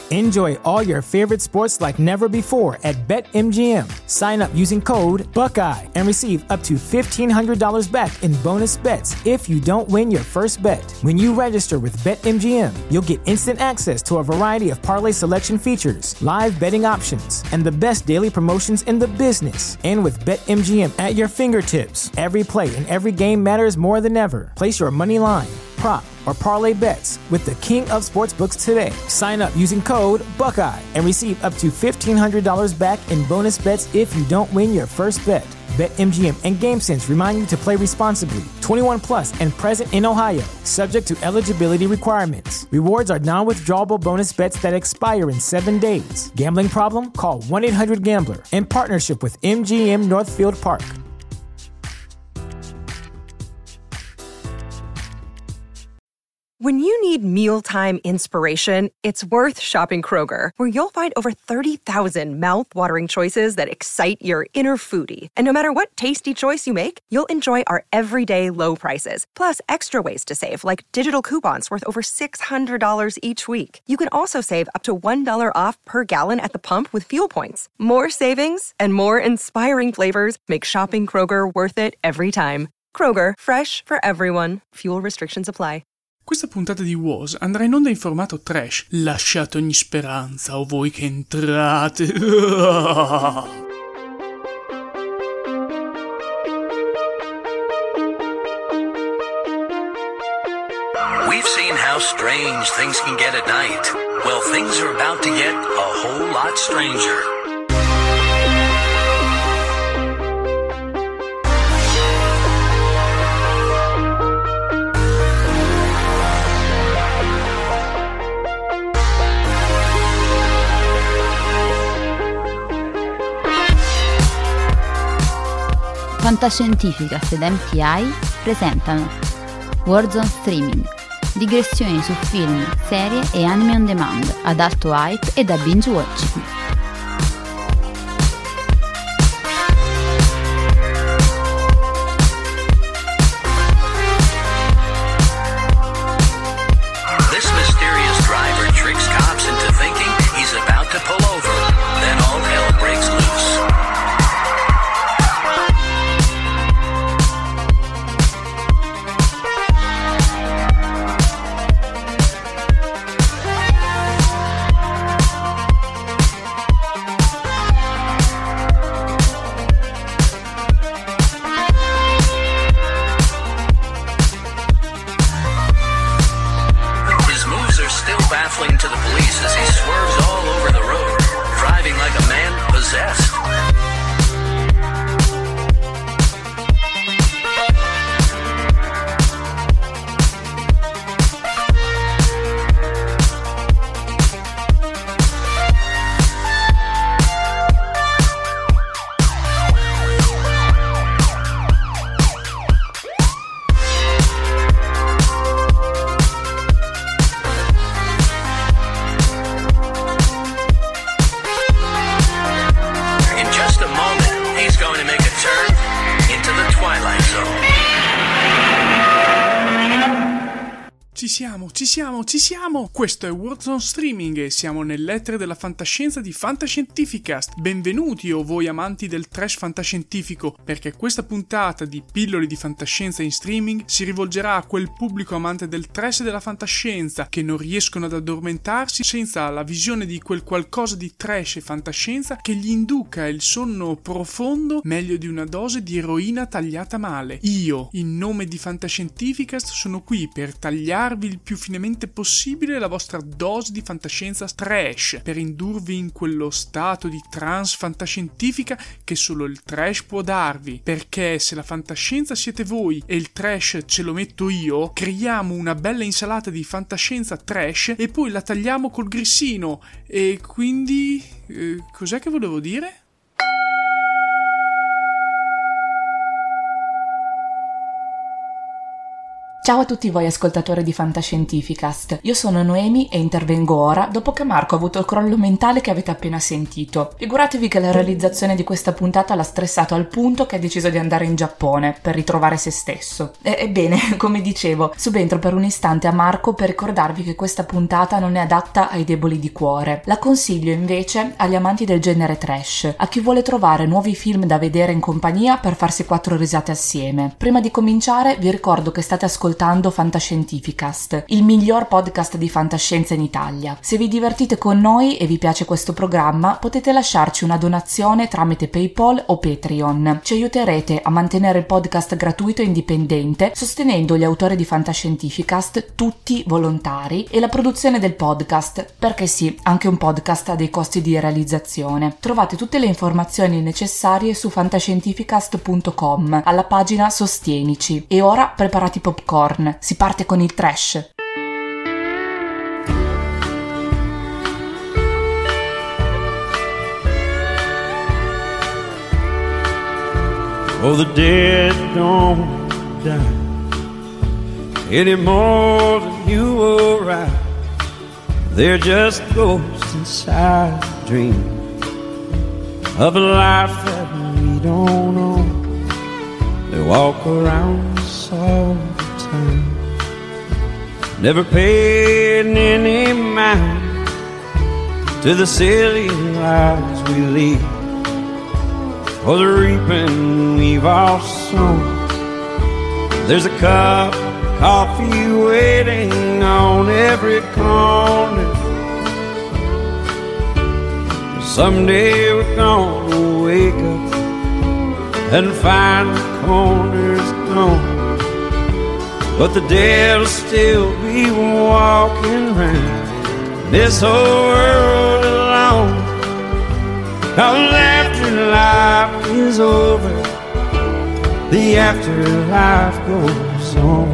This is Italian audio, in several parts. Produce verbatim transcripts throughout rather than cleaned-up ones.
Enjoy all your favorite sports like never before at BetMGM. Sign up using code Buckeye and receive up to fifteen hundred dollars back in bonus bets if you don't win your first bet. When you register with BetMGM, you'll get instant access to a variety of parlay selection features, live betting options, and the best daily promotions in the business. And with BetMGM at your fingertips, every play and every game matters more than ever. Place your money line, prop, or parlay bets with the king of sportsbooks today. Sign up using code Buckeye and receive up to fifteen hundred dollars back in bonus bets if you don't win your first bet. BetMGM and GameSense remind you to play responsibly. twenty-one plus and present in Ohio, subject to eligibility requirements. Rewards are non-withdrawable bonus bets that expire in seven days. Gambling problem? Call one eight hundred gambler in partnership with M G M Northfield Park. When you need mealtime inspiration, it's worth shopping Kroger, where you'll find over thirty thousand mouth-watering choices that excite your inner foodie. And no matter what tasty choice you make, you'll enjoy our everyday low prices, plus extra ways to save, like digital coupons worth over six hundred dollars each week. You can also save up to one dollar off per gallon at the pump with fuel points. More savings and more inspiring flavors make shopping Kroger worth it every time. Kroger, fresh for everyone. Fuel restrictions apply. Questa puntata di W O S andrà in onda in formato trash. Lasciate ogni speranza o voi che entrate. We've seen how strange things can get at night. Well, things are about to get a whole lot stranger. Fantascientificast ed M T I presentano Warzone Streaming, digressioni su film, serie e anime on demand ad alto hype e da binge watching. This mysterious driver tricks cops into thinking he's about to pull over, then all hell breaks loose. To the police as he swerves all over the road, driving like a man possessed. Ci siamo, ci siamo, ci siamo! Questo è Warzone Streaming e siamo nell'etere della fantascienza di Fantascientificast. Benvenuti o voi amanti del trash fantascientifico, perché questa puntata di pillole di fantascienza in streaming si rivolgerà a quel pubblico amante del trash e della fantascienza che non riescono ad addormentarsi senza la visione di quel qualcosa di trash e fantascienza che gli induca il sonno profondo meglio di una dose di eroina tagliata male. Io, in nome di Fantascientificast, sono qui per tagliarvi il più finemente possibile la vostra dose di fantascienza trash, per indurvi in quello stato di trance fantascientifica che solo il trash può darvi, perché se la fantascienza siete voi e il trash ce lo metto io, creiamo una bella insalata di fantascienza trash e poi la tagliamo col grissino. E quindi eh, cos'è che volevo dire? Ciao a tutti voi ascoltatori di Fantascientificast, io sono Noemi e intervengo ora dopo che Marco ha avuto il crollo mentale che avete appena sentito. Figuratevi che la realizzazione di questa puntata l'ha stressato al punto che ha deciso di andare in Giappone per ritrovare se stesso. E, ebbene, come dicevo, subentro per un istante a Marco per ricordarvi che questa puntata non è adatta ai deboli di cuore. La consiglio invece agli amanti del genere trash, a chi vuole trovare nuovi film da vedere in compagnia per farsi quattro risate assieme. Prima di cominciare vi ricordo che state ascoltando Fantascientificast, il miglior podcast di fantascienza in Italia. Se vi divertite con noi e vi piace questo programma, potete lasciarci una donazione tramite PayPal o Patreon. Ci aiuterete a mantenere il podcast gratuito e indipendente, sostenendo gli autori di Fantascientificast, tutti volontari, e la produzione del podcast, perché sì, anche un podcast ha dei costi di realizzazione. Trovate tutte le informazioni necessarie su fantascientificast punto com, alla pagina Sostienici. E ora preparati popcorn. Si parte con il trash. Oh, the dead don't die any more than you or I. They're just ghosts inside a dream of a life that we don't know. They walk around us all the time, never paying any mind to the silly lives we lead, or the reaping we've all sown. There's a cup of coffee waiting on every corner. Someday we're gonna wake up and find the corners gone, but the dead'll still be walking round this whole world alone. Cause after life is over, the afterlife goes on.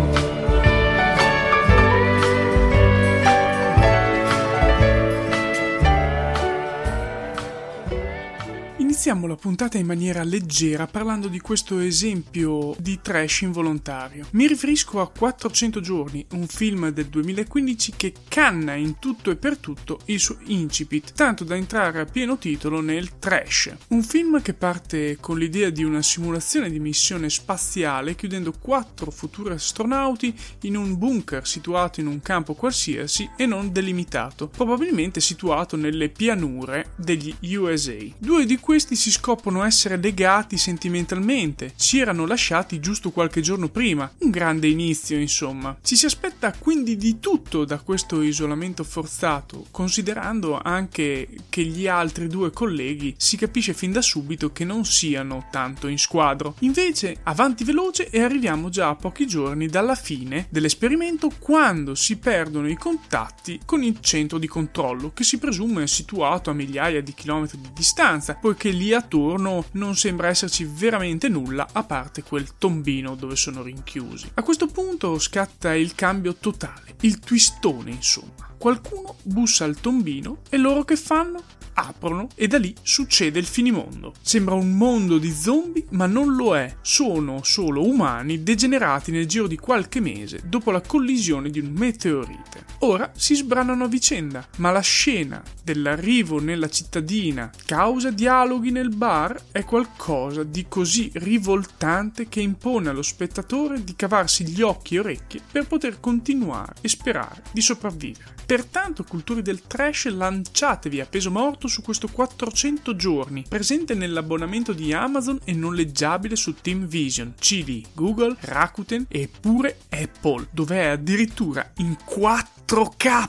Iniziamo la puntata in maniera leggera parlando di questo esempio di trash involontario. Mi riferisco a quattrocento giorni, un film del duemilaquindici che canna in tutto e per tutto il suo incipit, tanto da entrare a pieno titolo nel trash. Un film che parte con l'idea di una simulazione di missione spaziale chiudendo quattro futuri astronauti in un bunker situato in un campo qualsiasi e non delimitato, probabilmente situato nelle pianure degli U S A. Due di questi si scoprono essere legati sentimentalmente, si erano lasciati giusto qualche giorno prima, un grande inizio insomma. Ci si aspetta quindi di tutto da questo isolamento forzato, considerando anche che gli altri due colleghi si capisce fin da subito che non siano tanto in squadro. Invece avanti veloce e arriviamo già a pochi giorni dalla fine dell'esperimento, quando si perdono i contatti con il centro di controllo, che si presume situato a migliaia di chilometri di distanza, poiché lì attorno non sembra esserci veramente nulla a parte quel tombino dove sono rinchiusi. A questo punto scatta il cambio totale, il twistone insomma. Qualcuno bussa al tombino e loro che fanno? Aprono e da lì succede il finimondo. Sembra un mondo di zombie, ma non lo è. Sono solo umani degenerati nel giro di qualche mese dopo la collisione di un meteorite. Ora si sbranano a vicenda, ma la scena dell'arrivo nella cittadina causa dialoghi nel bar è qualcosa di così rivoltante che impone allo spettatore di cavarsi gli occhi e orecchie per poter continuare e sperare di sopravvivere. Pertanto, cultori del trash, lanciatevi a peso morto su questo quattrocento giorni, presente nell'abbonamento di Amazon e noleggiabile su Team Vision, C D, Google, Rakuten e pure Apple, dove è addirittura in quattro K.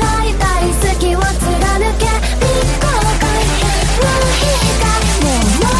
More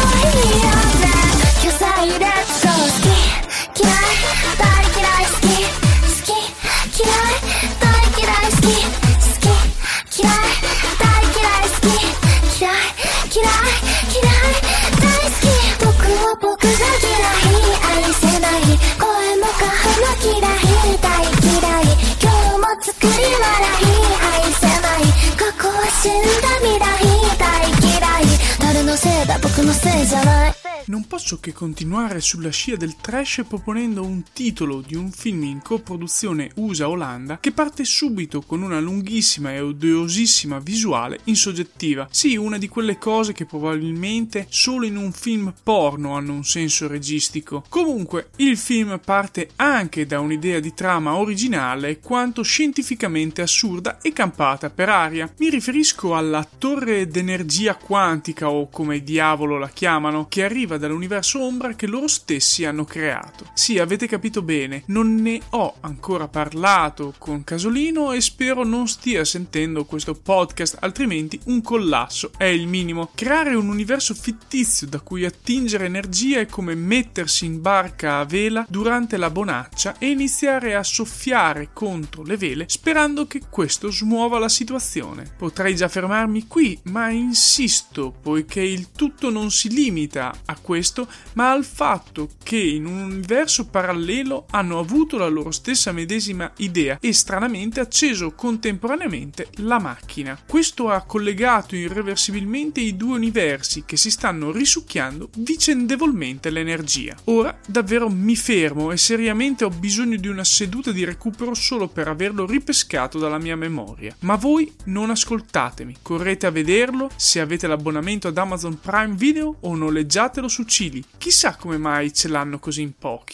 posso che continuare sulla scia del trash proponendo un titolo di un film in coproduzione U S A-Olanda che parte subito con una lunghissima e odiosissima visuale insoggettiva. Sì, una di quelle cose che probabilmente solo in un film porno hanno un senso registico. Comunque, il film parte anche da un'idea di trama originale quanto scientificamente assurda e campata per aria. Mi riferisco alla torre d'energia quantica, o come diavolo la chiamano, che arriva dall'universo ombra che loro stessi hanno creato. Sì, avete capito bene, non ne ho ancora parlato con Casolino e spero non stia sentendo questo podcast, altrimenti un collasso è il minimo. Creare un universo fittizio da cui attingere energia è come mettersi in barca a vela durante la bonaccia e iniziare a soffiare contro le vele sperando che questo smuova la situazione. Potrei già fermarmi qui, ma insisto, poiché il tutto non si limita a questo, ma al fatto che in un universo parallelo hanno avuto la loro stessa medesima idea e stranamente acceso contemporaneamente la macchina. Questo ha collegato irreversibilmente i due universi che si stanno risucchiando vicendevolmente l'energia. Ora davvero mi fermo e seriamente ho bisogno di una seduta di recupero solo per averlo ripescato dalla mia memoria. Ma voi non ascoltatemi, correte a vederlo se avete l'abbonamento ad Amazon Prime Video o noleggiatelo su Cili. Chissà come mai ce l'hanno così in pochi.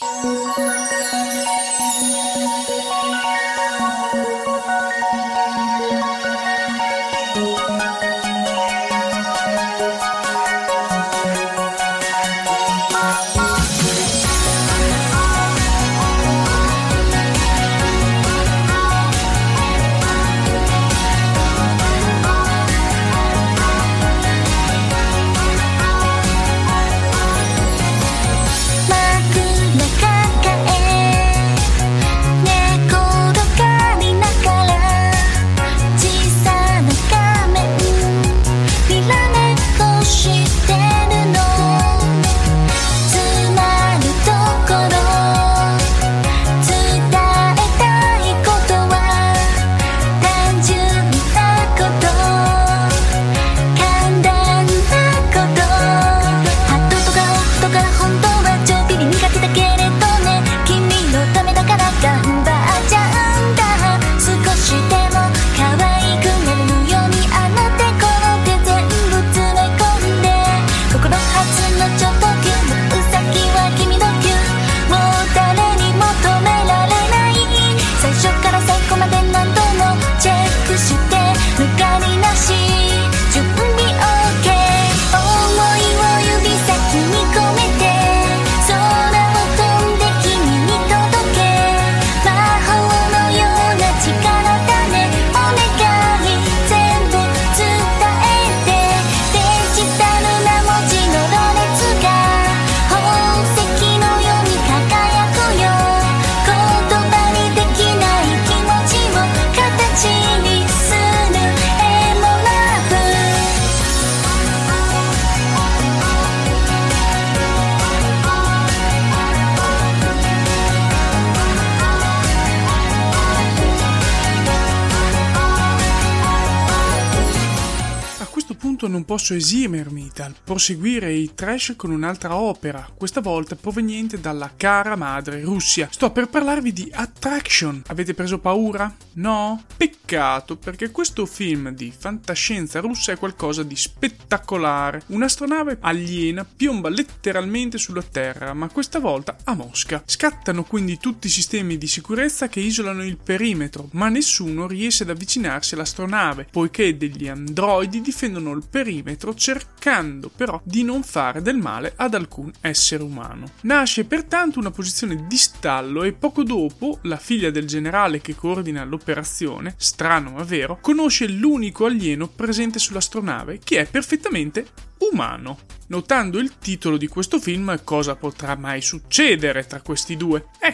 Non posso esimermi dal proseguire i trash con un'altra opera, questa volta proveniente dalla cara madre Russia. Sto per parlarvi di Attraction. Avete preso paura? No? Peccato, perché questo film di fantascienza russa è qualcosa di spettacolare. Un'astronave aliena piomba letteralmente sulla Terra, ma questa volta a Mosca. Scattano quindi tutti i sistemi di sicurezza che isolano il perimetro, ma nessuno riesce ad avvicinarsi all'astronave, poiché degli androidi difendono il perimetro cercando però di non fare del male ad alcun essere umano. Nasce pertanto una posizione di stallo e poco dopo la figlia del generale che coordina l'operazione, strano ma vero, conosce l'unico alieno presente sull'astronave che è perfettamente umano. Notando il titolo di questo film, cosa potrà mai succedere tra questi due? Ecco,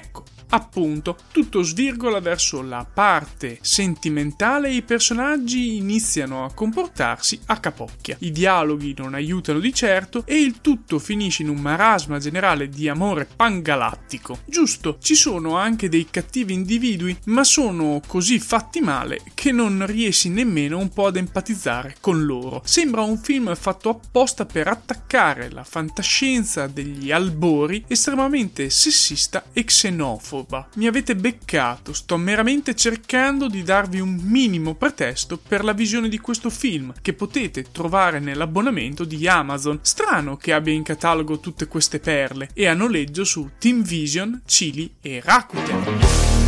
Appunto, tutto svirgola verso la parte sentimentale e i personaggi iniziano a comportarsi a capocchia. I dialoghi non aiutano di certo e il tutto finisce in un marasma generale di amore pangalattico. Giusto, ci sono anche dei cattivi individui, ma sono così fatti male che non riesci nemmeno un po' ad empatizzare con loro. Sembra un film fatto apposta per attaccare la fantascienza degli albori, estremamente sessista e xenofoba. Mi avete beccato, sto meramente cercando di darvi un minimo pretesto per la visione di questo film, che potete trovare nell'abbonamento di Amazon. Strano che abbia in catalogo tutte queste perle e a noleggio su Team Vision, Chili e Rakuten.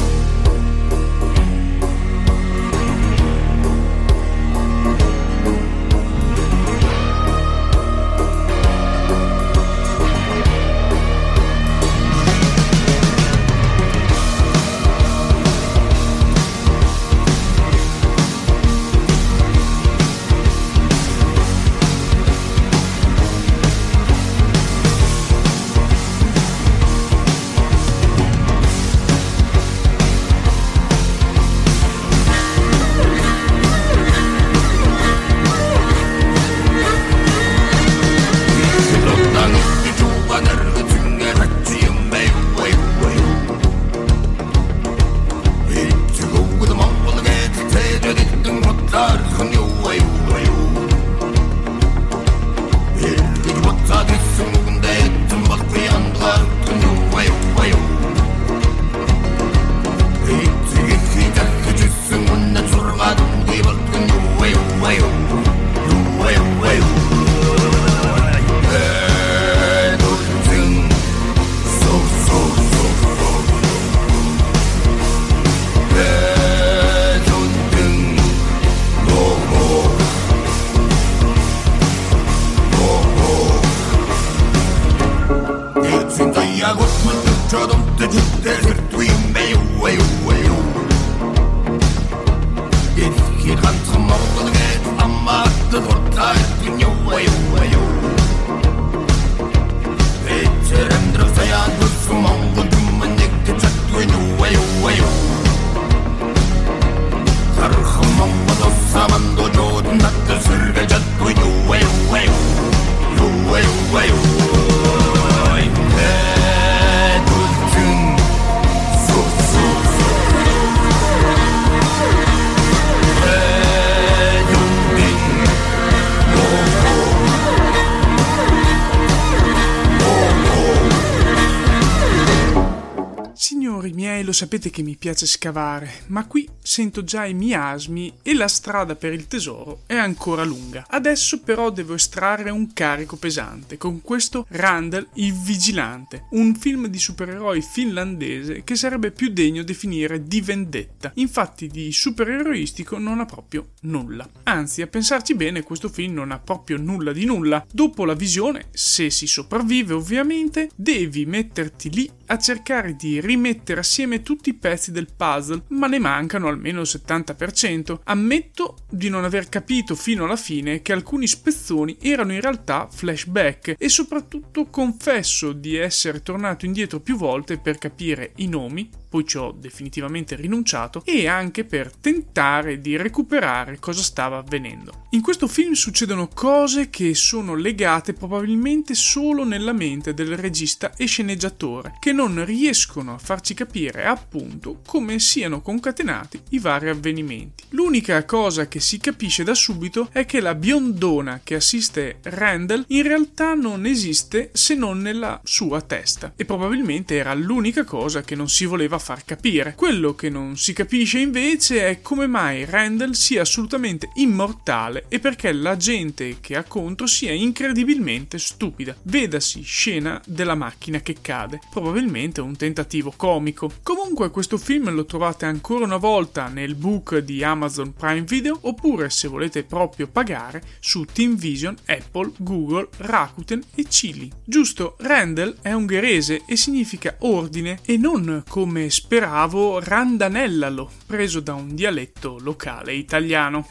Lo sapete che mi piace scavare, ma qui sento già i miasmi e la strada per il tesoro è ancora lunga. Adesso però devo estrarre un carico pesante con questo Randall il Vigilante, un film di supereroi finlandese che sarebbe più degno definire di vendetta. Infatti di supereroistico non ha proprio nulla. Anzi, a pensarci bene, questo film non ha proprio nulla di nulla. Dopo la visione, se si sopravvive ovviamente, devi metterti lì a cercare di rimettere assieme tutti i pezzi del puzzle, ma ne mancano almeno il settanta per cento. Ammetto di non aver capito fino alla fine che alcuni spezzoni erano in realtà flashback e soprattutto confesso di essere tornato indietro più volte per capire i nomi, poi ci ho definitivamente rinunciato, e anche per tentare di recuperare cosa stava avvenendo. In questo film succedono cose che sono legate probabilmente solo nella mente del regista e sceneggiatore, che non riescono a farci capire appunto come siano concatenati i vari avvenimenti. L'unica cosa che si capisce da subito è che la biondona che assiste Randall in realtà non esiste se non nella sua testa, e probabilmente era l'unica cosa che non si voleva far capire. Quello che non si capisce invece è come mai Randall sia assolutamente immortale e perché la gente che ha contro sia incredibilmente stupida. Vedasi scena della macchina che cade, probabilmente un tentativo comico. Comunque questo film lo trovate ancora una volta nel book di Amazon Prime Video, oppure se volete proprio pagare su Team Vision, Apple, Google, Rakuten e Chili. Giusto, Randall è ungherese e significa ordine e non, come speravo, randanellalo, preso da un dialetto locale italiano.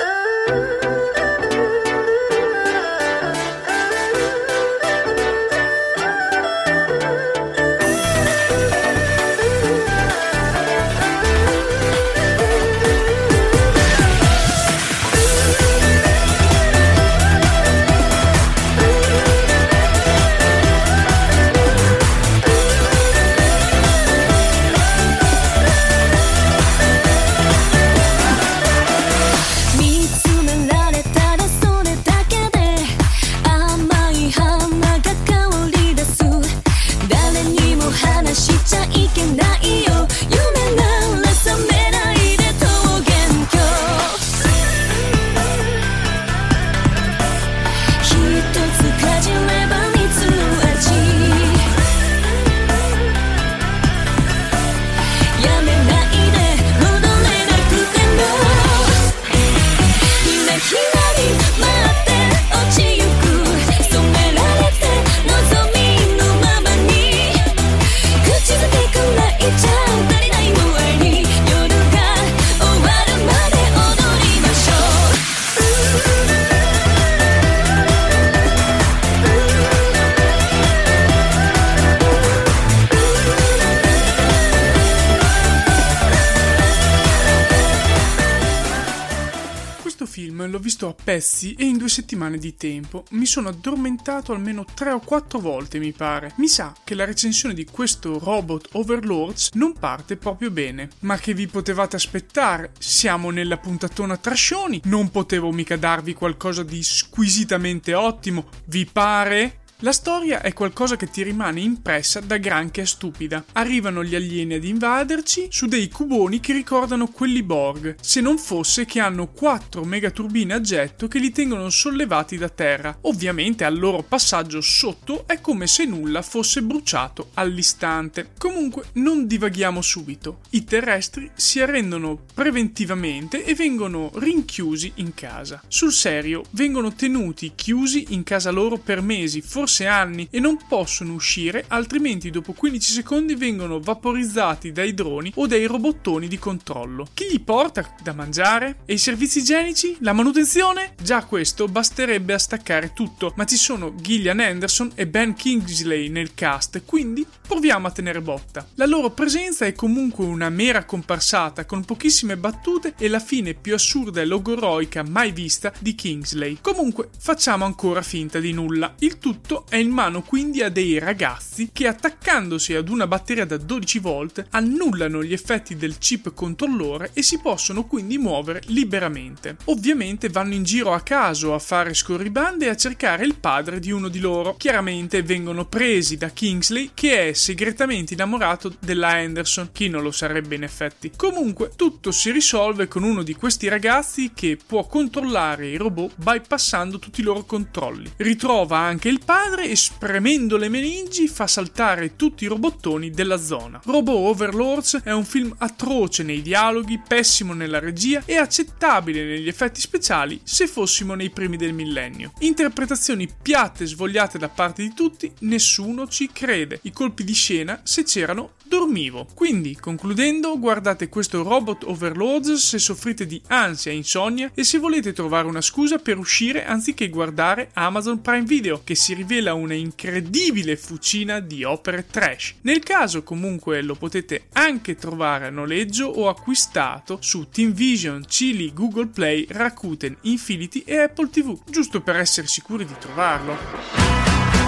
film l'ho visto a pezzi e in due settimane di tempo. Mi sono addormentato almeno tre o quattro volte, mi pare. Mi sa che la recensione di questo Robot Overlords non parte proprio bene. Ma che vi potevate aspettare? Siamo nella puntatona trascioni, non potevo mica darvi qualcosa di squisitamente ottimo, vi pare? La storia è qualcosa che ti rimane impressa da granché stupida. Arrivano gli alieni ad invaderci su dei cuboni che ricordano quelli Borg, se non fosse che hanno quattro megaturbine a getto che li tengono sollevati da terra. Ovviamente al loro passaggio sotto è come se nulla fosse bruciato all'istante. Comunque non divaghiamo subito. I terrestri si arrendono preventivamente e vengono rinchiusi in casa. Sul serio, vengono tenuti chiusi in casa loro per mesi, forse anni, e non possono uscire, altrimenti dopo quindici secondi vengono vaporizzati dai droni o dai robottoni di controllo. Chi gli porta da mangiare? E i servizi igienici? La manutenzione? Già questo basterebbe a staccare tutto, ma ci sono Gillian Anderson e Ben Kingsley nel cast, quindi proviamo a tenere botta. La loro presenza è comunque una mera comparsata con pochissime battute e la fine più assurda e logoroica mai vista di Kingsley. Comunque facciamo ancora finta di nulla. Il tutto è in mano quindi a dei ragazzi che, attaccandosi ad una batteria da dodici volt, annullano gli effetti del chip controllore e si possono quindi muovere liberamente. Ovviamente vanno in giro a caso a fare scorribande e a cercare il padre di uno di loro. Chiaramente vengono presi da Kingsley, che è segretamente innamorato della Anderson. Chi non lo sarebbe in effetti? Comunque tutto si risolve con uno di questi ragazzi che può controllare i robot bypassando tutti i loro controlli. Ritrova anche il padre e, spremendo le meningi, fa saltare tutti i robottoni della zona. Robot Overlords è un film atroce nei dialoghi, pessimo nella regia e accettabile negli effetti speciali se fossimo nei primi del millennio. Interpretazioni piatte e svogliate da parte di tutti, nessuno ci crede. I colpi di scena, se c'erano, dormivo. Quindi, concludendo, guardate questo Robot Overlords se soffrite di ansia e insonnia e se volete trovare una scusa per uscire anziché guardare Amazon Prime Video, che si rivela una incredibile fucina di opere trash. Nel caso comunque lo potete anche trovare a noleggio o acquistato su TeamVision, Chili, Google Play, Rakuten, Infinity e Apple tivù, giusto per essere sicuri di trovarlo.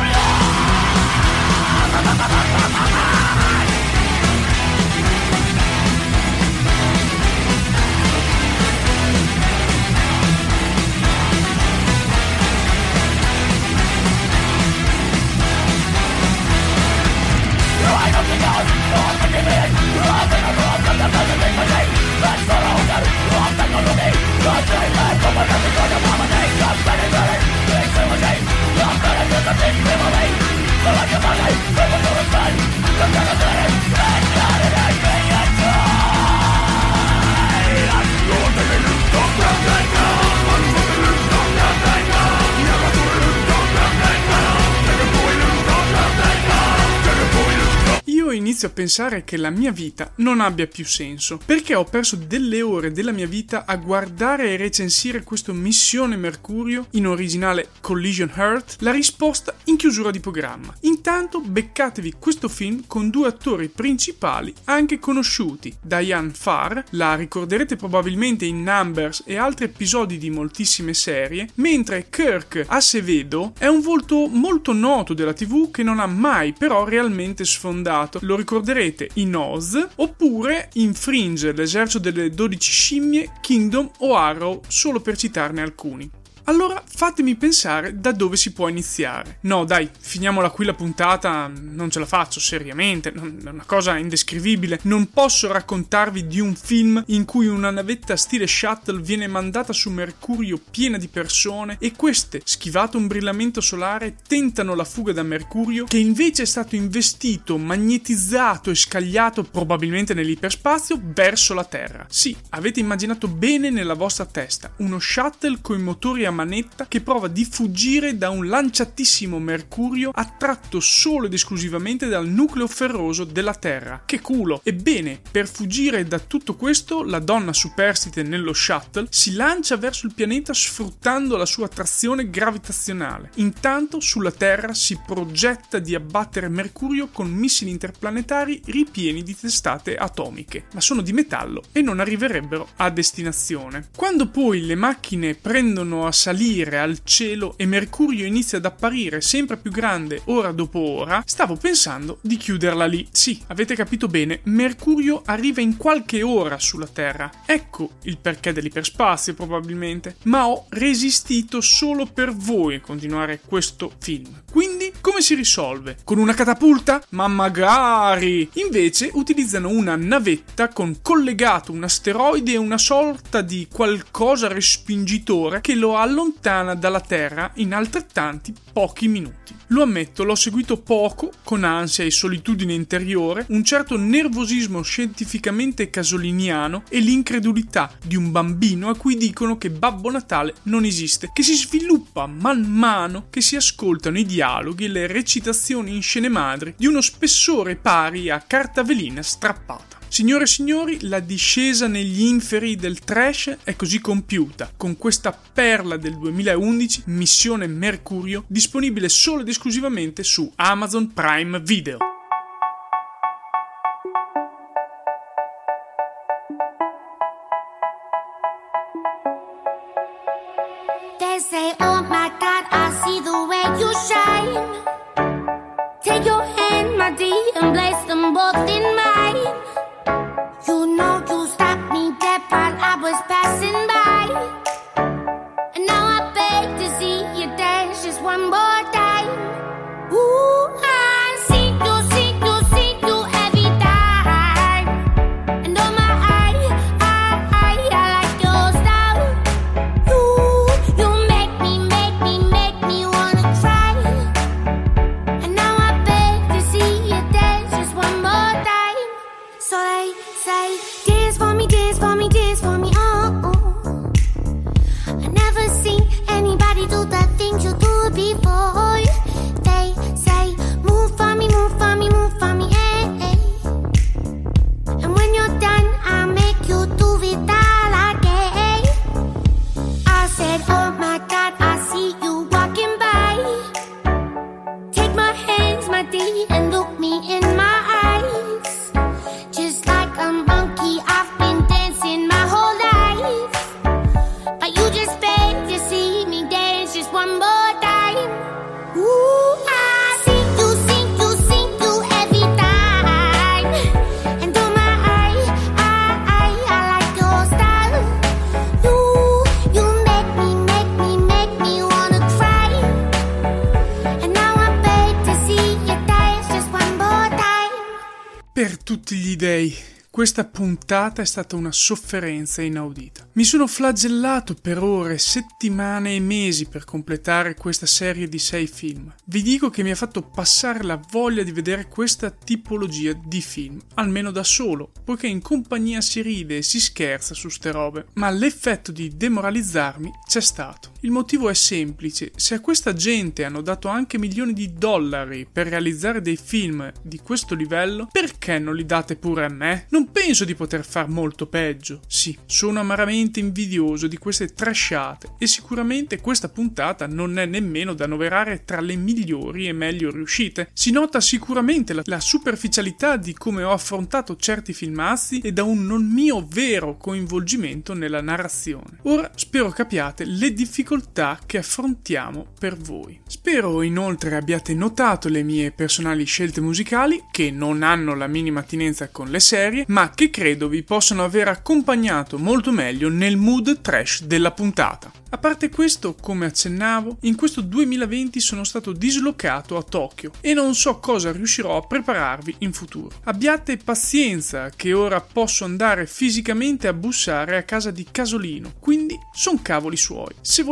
Inizio a pensare che la mia vita non abbia più senso, perché ho perso delle ore della mia vita a guardare e recensire questo Missione Mercurio, in originale Collision Earth, la risposta in chiusura di programma. Intanto beccatevi questo film con due attori principali anche conosciuti. Diane Farr, la ricorderete probabilmente in Numbers e altri episodi di moltissime serie, mentre Kirk Acevedo è un volto molto noto della tivù che non ha mai però realmente sfondato. Lo ricorderete in Oz oppure in Fringe, l'esercito delle dodici scimmie, Kingdom o Arrow, solo per citarne alcuni. Allora fatemi pensare da dove si può iniziare. No dai, finiamola qui la puntata, non ce la faccio seriamente, è una cosa indescrivibile. Non posso raccontarvi di un film in cui una navetta stile shuttle viene mandata su Mercurio piena di persone e queste, schivato un brillamento solare, tentano la fuga da Mercurio, che invece è stato investito, magnetizzato e scagliato probabilmente nell'iperspazio verso la Terra. Sì, avete immaginato bene nella vostra testa, uno shuttle coi motori a manetta che prova di fuggire da un lanciatissimo Mercurio attratto solo ed esclusivamente dal nucleo ferroso della Terra. Che culo! Ebbene, per fuggire da tutto questo, la donna superstite nello shuttle si lancia verso il pianeta sfruttando la sua attrazione gravitazionale. Intanto sulla Terra si progetta di abbattere Mercurio con missili interplanetari ripieni di testate atomiche, ma sono di metallo e non arriverebbero a destinazione. Quando poi le macchine prendono a salire al cielo e Mercurio inizia ad apparire sempre più grande ora dopo ora, stavo pensando di chiuderla lì. Sì, avete capito bene, Mercurio arriva in qualche ora sulla Terra. Ecco il perché dell'iperspazio probabilmente, ma ho resistito solo per voi a continuare questo film. Quindi come si risolve? Con una catapulta? Ma magari! Invece utilizzano una navetta con collegato un asteroide e una sorta di qualcosa respingitore che lo allontana dalla Terra in altrettanti pochi minuti. Lo ammetto, l'ho seguito poco, con ansia e solitudine interiore, un certo nervosismo scientificamente casoliniano e l'incredulità di un bambino a cui dicono che Babbo Natale non esiste, che si sviluppa man mano che si ascoltano i dialoghi e le recitazioni in scene madri di uno spessore pari a carta velina strappata. Signore e signori, la discesa negli inferi del trash è così compiuta, con questa perla del duemilaundici, Missione Mercurio, disponibile solo ed esclusivamente su Amazon Prime Video. They say, oh my God, I see the way you shine. Take your hand, my dear, and place them both in mine. You know you stopped me dead while I was passing by. And now I beg to see you dance just one more time. Ooh, I see you, see you, see you every time. And oh my, I, I, I, I like your style. You, you make me, make me, make me wanna cry. And now I beg to see you dance just one more time. So they say, dance for me, dance for me, dance for me, oh, oh. I never seen anybody do the things you do before. They say, move for me, move for me, move for me, eh, eh. And when you're done, I'll make you do it all again. I said, oh my God, I see you walking by. Take my hands, my dear, and look me in my eyes. Just like a monkey, I've been dancing my whole life. But you just beg to see me dance just one more time. Ooh, I see you, see you, see you every time. And oh my, I, I, I, I like your style. You, you make me, make me, make me wanna cry. And now I beg to see you dance just one more time. Per tutti gli dei, questa puntata è stata una sofferenza inaudita. Mi sono flagellato per ore, settimane e mesi per completare questa serie di sei film. Vi dico che mi ha fatto passare la voglia di vedere questa tipologia di film, almeno da solo, poiché in compagnia si ride e si scherza su ste robe, ma l'effetto di demoralizzarmi c'è stato. Il motivo è semplice: se a questa gente hanno dato anche milioni di dollari per realizzare dei film di questo livello, perché non li date pure a me? Non penso di poter far molto peggio. Sì, sono amaramente invidioso di queste trasciate e sicuramente questa puntata non è nemmeno da annoverare tra le migliori e meglio riuscite. Si nota sicuramente la, la superficialità di come ho affrontato certi filmazzi e da un non mio vero coinvolgimento nella narrazione. Ora spero capiate le difficoltà che affrontiamo per voi. Spero inoltre abbiate notato le mie personali scelte musicali, che non hanno la minima attinenza con le serie, ma che credo vi possano aver accompagnato molto meglio nel mood trash della puntata. A parte questo, come accennavo, in questo duemilaventi sono stato dislocato a Tokyo e non so cosa riuscirò a prepararvi in futuro. Abbiate pazienza che ora posso andare fisicamente a bussare a casa di Casolino, quindi son cavoli suoi. Se volete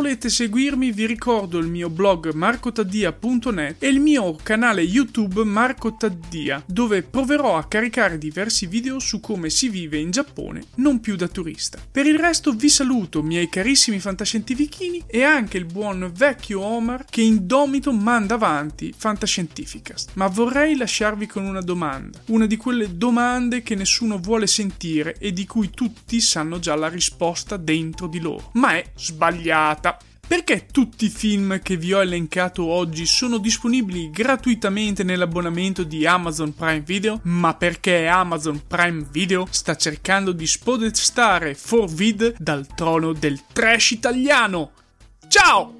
volete seguirmi vi ricordo il mio blog marco taddia punto net e il mio canale YouTube Marco Taddia, dove proverò a caricare diversi video su come si vive in Giappone non più da turista. Per il resto vi saluto, miei carissimi fantascientifichini, e anche il buon vecchio Omar che indomito manda avanti Fantascientificast. Ma vorrei lasciarvi con una domanda, una di quelle domande che nessuno vuole sentire e di cui tutti sanno già la risposta dentro di loro, ma è sbagliata. Perché tutti i film che vi ho elencato oggi sono disponibili gratuitamente nell'abbonamento di Amazon Prime Video? Ma perché Amazon Prime Video sta cercando di spodestare quattro vid dal trono del trash italiano. Ciao!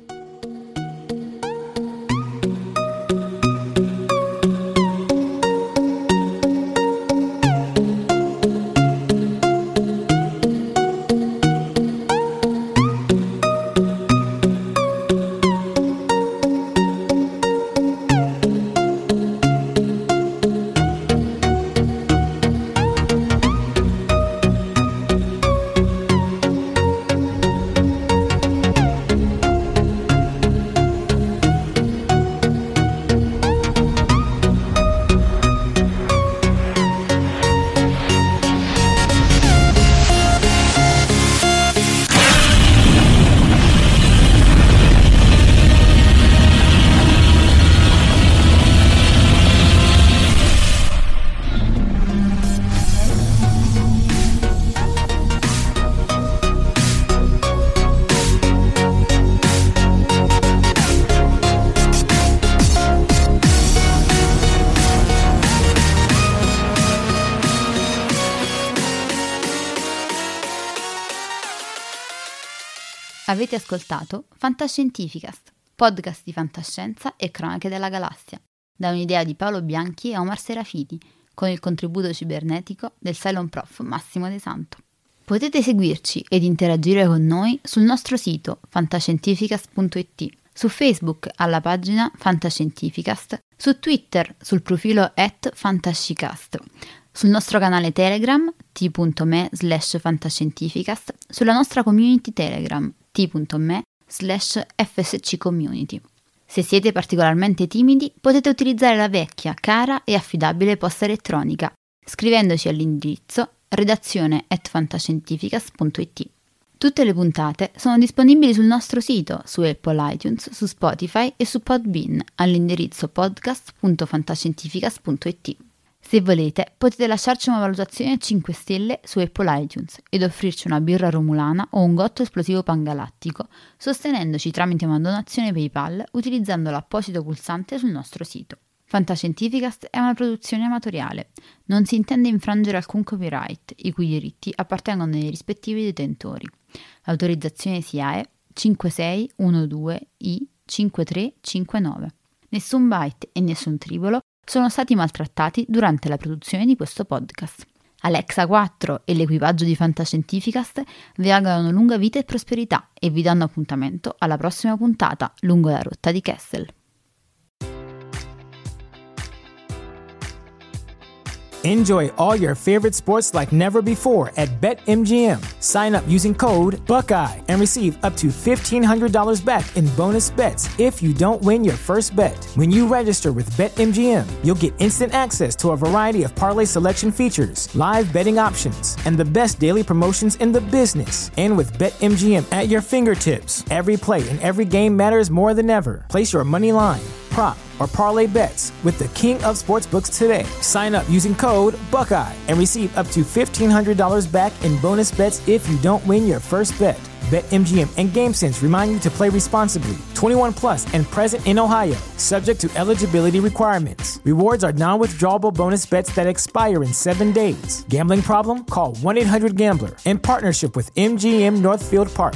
Avete ascoltato Fantascientificast, podcast di fantascienza e cronache della galassia, da un'idea di Paolo Bianchi e Omar Serafiti, con il contributo cibernetico del Cylon Prof Massimo De Santo. Potete seguirci ed interagire con noi sul nostro sito fantascientificast punto it, su Facebook alla pagina Fantascientificast, su Twitter sul profilo at fantascicast, sul nostro canale Telegram t.me slash fantascientificast, sulla nostra community Telegram t.me slash fsccommunity. Se siete particolarmente timidi, potete utilizzare la vecchia, cara e affidabile posta elettronica, scrivendoci all'indirizzo redazione at fantascientificast punto it. Tutte le puntate sono disponibili sul nostro sito, su Apple iTunes, su Spotify e su Podbean, all'indirizzo podcast punto fantascientificast punto it. Se volete, potete lasciarci una valutazione a cinque stelle su Apple iTunes ed offrirci una birra romulana o un gotto esplosivo pangalattico, sostenendoci tramite una donazione PayPal utilizzando l'apposito pulsante sul nostro sito. Fantascientificast è una produzione amatoriale. Non si intende infrangere alcun copyright, i cui diritti appartengono ai rispettivi detentori. L'autorizzazione S I A E cinque sei uno due I cinque tre cinque nove. Nessun byte e nessun tribolo sono stati maltrattati durante la produzione di questo podcast. Alexa quattro e l'equipaggio di Fantascientificast vi augurano lunga vita e prosperità e vi danno appuntamento alla prossima puntata lungo la rotta di Kessel. Enjoy all your favorite sports like never before at BetMGM. Sign up using code Buckeye and receive up to fifteen hundred dollars back in bonus bets if you don't win your first bet. When you register with BetMGM, you'll get instant access to a variety of parlay selection features, live betting options, and the best daily promotions in the business. And with BetMGM at your fingertips, every play and every game matters more than ever. Place your money line, prop, or parlay bets with the king of sportsbooks today. Sign up using code Buckeye and receive up to fifteen hundred dollars back in bonus bets if you don't win your first bet. BetMGM and GameSense remind you to play responsibly. twenty-one plus and present in Ohio, subject to eligibility requirements. Rewards are non-withdrawable bonus bets that expire in seven days. Gambling problem? Call one eight hundred gambler in partnership with M G M Northfield Park.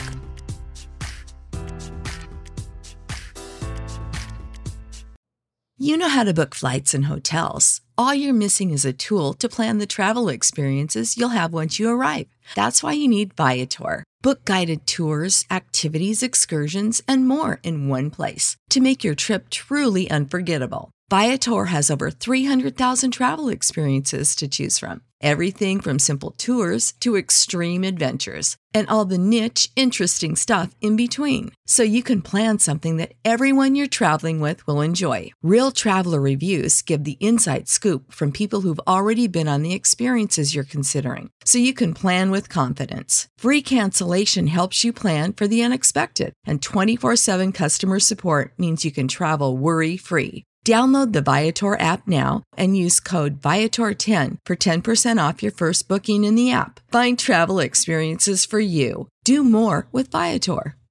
You know how to book flights and hotels. All you're missing is a tool to plan the travel experiences you'll have once you arrive. That's why you need Viator. Book guided tours, activities, excursions, and more in one place to make your trip truly unforgettable. Viator has over three hundred thousand travel experiences to choose from. Everything from simple tours to extreme adventures, and all the niche, interesting stuff in between. So you can plan something that everyone you're traveling with will enjoy. Real traveler reviews give the inside scoop from people who've already been on the experiences you're considering. So you can plan with confidence. Free cancellation helps you plan for the unexpected. And twenty-four seven customer support means you can travel worry-free. Download the Viator app now and use code Viator ten for ten percent off your first booking in the app. Find travel experiences for you. Do more with Viator.